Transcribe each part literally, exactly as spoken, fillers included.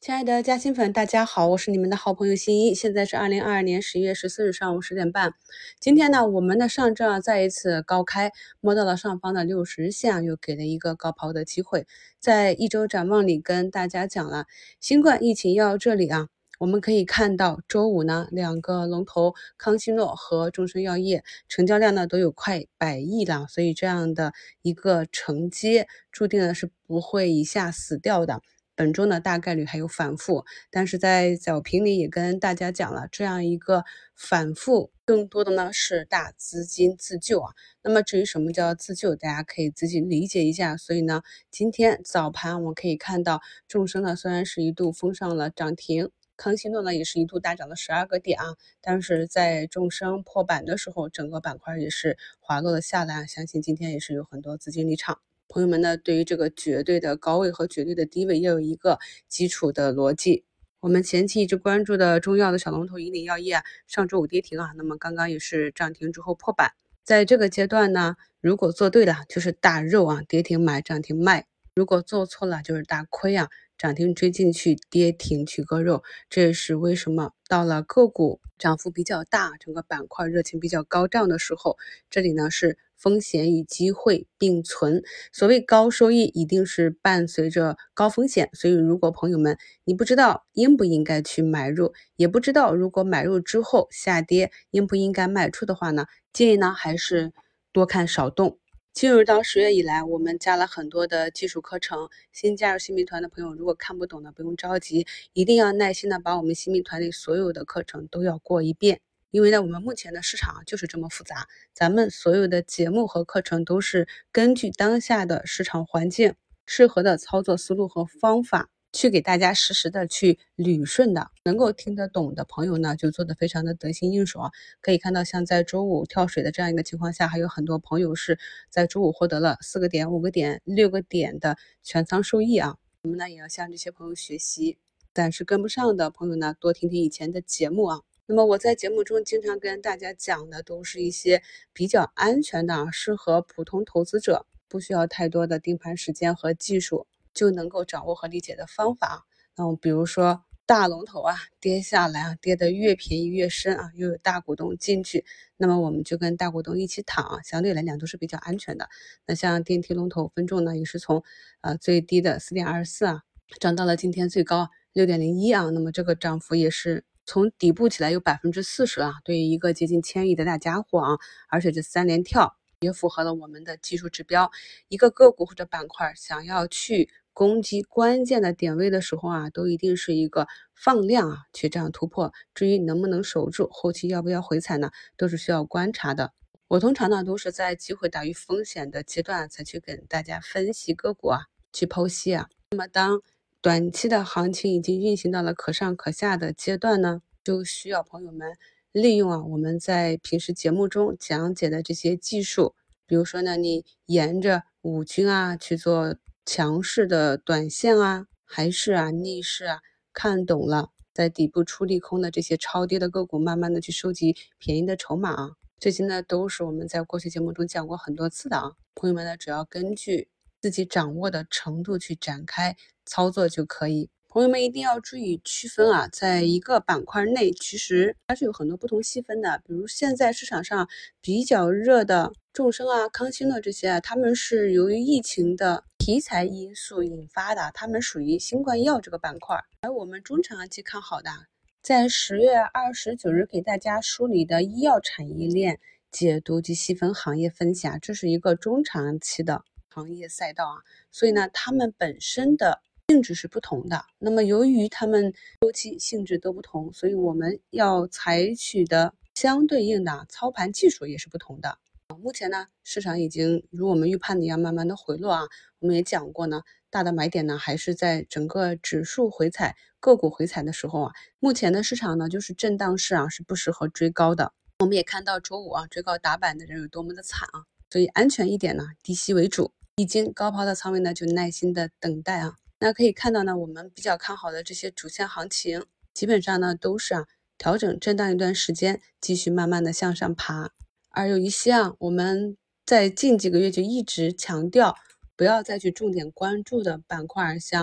亲爱的嘉兴粉，大家好，我是你们的好朋友新一。现在是二零二二年十一月十四日上午十点半。今天呢，我们的上证啊再一次高开，摸到了上方的六十日线，又给了一个高抛的机会。在一周展望里跟大家讲了，新冠疫情要这里啊，我们可以看到周五呢，两个龙头康希诺和众生药业成交量呢都有快百亿了，所以这样的一个承接，注定呢是不会一下死掉的。本周呢大概率还有反复，但是在早评里也跟大家讲了，这样一个反复更多的呢是大资金自救啊。那么至于什么叫自救，大家可以自己理解一下。所以呢，今天早盘我们可以看到，众生呢虽然是一度封上了涨停，康希诺呢也是一度大涨了十二个点啊，但是在众生破板的时候，整个板块也是滑落了下来，相信今天也是有很多资金离场。朋友们呢，对于这个绝对的高位和绝对的低位要有一个基础的逻辑。我们前期一直关注的中药的小龙头以岭药业啊，上周五跌停啊，那么刚刚也是涨停之后破板。在这个阶段呢，如果做对了就是大肉啊，跌停买，涨停卖；如果做错了就是大亏啊，涨停追进去，跌停去割肉。这也是为什么到了个股涨幅比较大，整个板块热情比较高涨的时候，这里呢是风险与机会并存。所谓高收益一定是伴随着高风险，所以如果朋友们你不知道应不应该去买入，也不知道如果买入之后下跌应不应该卖出的话呢，建议呢还是多看少动。进入到十月以来，我们加了很多的技术课程，新加入新民团的朋友如果看不懂的不用着急，一定要耐心的把我们新民团里所有的课程都要过一遍。因为呢，我们目前的市场就是这么复杂，咱们所有的节目和课程都是根据当下的市场环境、适合的操作思路和方法去给大家实时的去捋顺的。能够听得懂的朋友呢，就做得非常的得心应手啊。可以看到，像在周五跳水的这样一个情况下，还有很多朋友是在周五获得了四个点、五个点、六个点的全仓收益啊。我们呢也要向这些朋友学习，暂时跟不上的朋友呢，多听听以前的节目啊。那么我在节目中经常跟大家讲的都是一些比较安全的，适合普通投资者，不需要太多的盯盘时间和技术就能够掌握和理解的方法。那么比如说大龙头啊跌下来啊，跌得越便宜越深啊，又有大股东进去，那么我们就跟大股东一起躺啊，相对来讲都是比较安全的。那像电梯龙头分众呢，也是从呃最低的 四点二四 啊涨到了今天最高 六点零一 啊，那么这个涨幅也是从底部起来有 百分之四十 啊，对于一个接近千亿的大家伙啊，而且这三连跳也符合了我们的技术指标。一个个股或者板块想要去攻击关键的点位的时候啊，都一定是一个放量啊去这样突破。至于能不能守住，后期要不要回踩呢，都是需要观察的。我通常呢都是在机会大于风险的阶段才去跟大家分析个股啊，去剖析啊。那么当短期的行情已经运行到了可上可下的阶段呢，就需要朋友们利用啊我们在平时节目中讲解的这些技术，比如说呢，你沿着五均啊去做强势的短线啊，还是啊逆势啊，看懂了在底部出利空的这些超跌的个股，慢慢的去收集便宜的筹码啊。这些呢都是我们在过去节目中讲过很多次的啊，朋友们呢只要根据自己掌握的程度去展开操作就可以。朋友们一定要注意区分啊，在一个板块内，其实它是有很多不同细分的。比如现在市场上比较热的众生啊、康希诺这些啊，他们是由于疫情的题材因素引发的，他们属于新冠药这个板块。而我们中长期看好的，在十月二十九日给大家梳理的医药产业链解读及细分行业分析啊，这是一个中长期的行业赛道啊，所以呢，他们本身的性质是不同的。那么由于他们周期性质都不同，所以我们要采取的相对应的操盘技术也是不同的。目前呢，市场已经如我们预判的一样慢慢的回落啊。我们也讲过呢，大的买点呢还是在整个指数回踩、个股回踩的时候啊。目前的市场呢就是震荡市啊，是不适合追高的。我们也看到周五啊追高打板的人有多么的惨啊，所以安全一点呢，低吸为主。已经高抛的仓位呢，就耐心的等待啊。那可以看到呢，我们比较看好的这些主线行情，基本上呢都是啊调整震荡一段时间，继续慢慢的向上爬。而有一些啊，我们在近几个月就一直强调不要再去重点关注的板块，像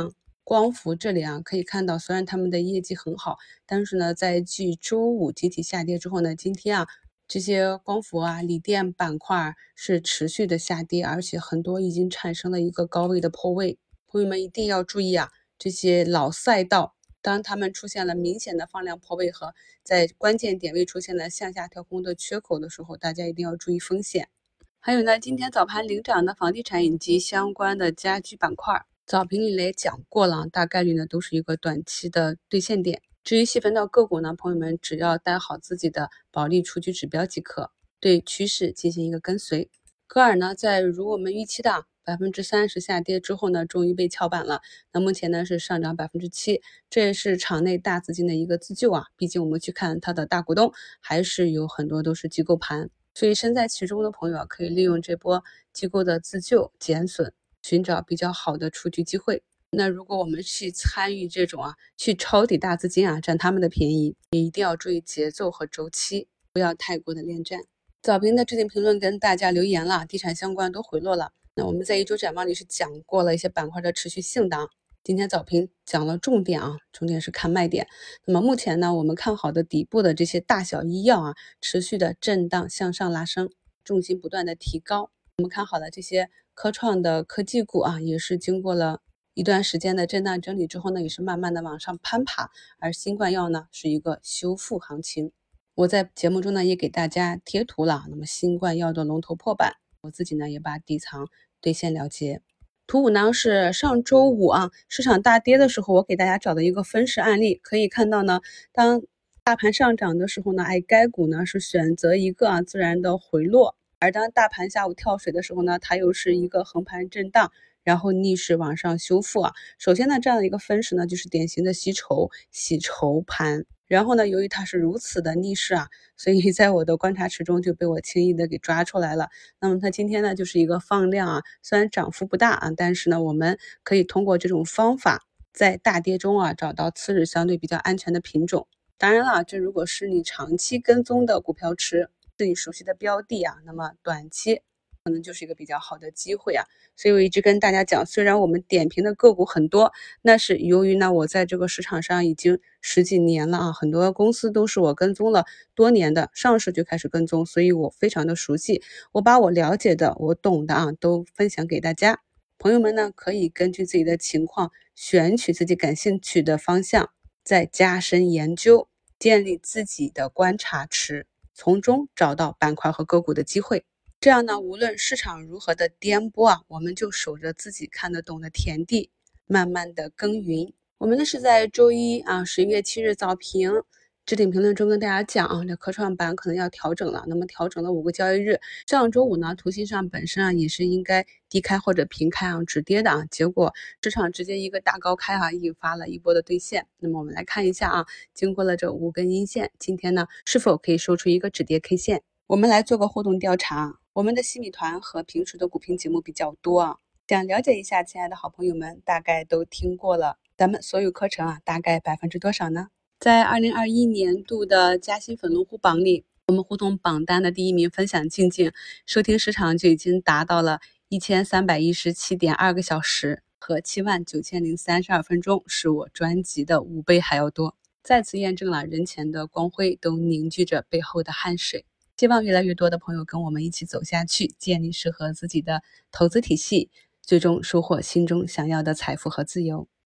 光伏这里啊，可以看到虽然他们的业绩很好，但是呢，在继周五集体下跌之后呢，今天啊，这些光伏啊、锂电板块是持续的下跌，而且很多已经产生了一个高位的破位。朋友们一定要注意啊，这些老赛道，当它们出现了明显的放量破位和在关键点位出现了向下跳空的缺口的时候，大家一定要注意风险。还有呢，今天早盘领涨的房地产以及相关的家居板块，早评里来讲过了，大概率呢都是一个短期的兑现点。至于细分到个股呢，朋友们只要带好自己的保利出局指标即可，对趋势进行一个跟随。科尔呢，在如我们预期的百分之三十下跌之后呢，终于被翘板了。那目前呢是上涨百分之七，这也是场内大资金的一个自救啊。毕竟我们去看它的大股东，还是有很多都是机构盘。所以身在其中的朋友啊，可以利用这波机构的自救减损，寻找比较好的出局机会。那如果我们去参与这种啊，去抄底大资金啊，占他们的便宜，也一定要注意节奏和周期，不要太过的恋战。早评的置顶评论跟大家留言了，地产相关都回落了。那我们在一周展望里是讲过了一些板块的持续性的，今天早评讲了重点啊，重点是看卖点。那么目前呢，我们看好的底部的这些大小医药啊，持续的震荡向上拉升，重心不断的提高。我们看好的这些科创的科技股啊，也是经过了一段时间的震荡整理之后呢，也是慢慢的往上攀爬。而新冠药呢，是一个修复行情。我在节目中呢也给大家贴图了，那么新冠药的龙头破板，我自己呢也把底仓兑现了结。图五呢是上周五啊，市场大跌的时候，我给大家找的一个分时案例，可以看到呢，当大盘上涨的时候呢，哎，该股呢是选择一个啊自然的回落，而当大盘下午跳水的时候呢，它又是一个横盘震荡，然后逆势往上修复啊。首先呢，这样的一个分时呢，就是典型的吸筹洗筹盘。然后呢，由于它是如此的逆势啊，所以在我的观察池中就被我轻易的给抓出来了。那么它今天呢，就是一个放量啊，虽然涨幅不大啊，但是呢，我们可以通过这种方法，在大跌中啊，找到次日相对比较安全的品种。当然了，这如果是你长期跟踪的股票池，是你熟悉的标的啊，那么短期可能就是一个比较好的机会啊。所以我一直跟大家讲，虽然我们点评的个股很多，那是由于呢我在这个市场上已经十几年了啊，很多公司都是我跟踪了多年的，上市就开始跟踪，所以我非常的熟悉。我把我了解的、我懂的啊都分享给大家。朋友们呢可以根据自己的情况选取自己感兴趣的方向，再加深研究，建立自己的观察池，从中找到板块和个股的机会。这样呢，无论市场如何的颠簸啊，我们就守着自己看得懂的田地，慢慢的耕耘。我们呢是在周一啊，十一月七日早评置顶评论中跟大家讲啊，这科创板可能要调整了。那么调整了五个交易日，上周五呢，图形上本身啊也是应该低开或者平开啊，止跌的啊，结果市场直接一个大高开啊，引发了一波的兑现。那么我们来看一下啊，经过了这五根阴线，今天呢是否可以收出一个止跌 K 线？我们来做个互动调查。我们的西米团和平时的股评节目比较多啊，想了解一下，亲爱的好朋友们，大概都听过了咱们所有课程啊，大概百分之多少呢？在二零二一年度的嘉兴粉龙虎榜里，我们互动榜单的第一名分享静静，收听时长就已经达到了一千三百一十七点二个小时和七万九千零三十二分钟，是我专辑的五倍还要多，再次验证了人前的光辉都凝聚着背后的汗水。希望越来越多的朋友跟我们一起走下去，建立适合自己的投资体系，最终收获心中想要的财富和自由。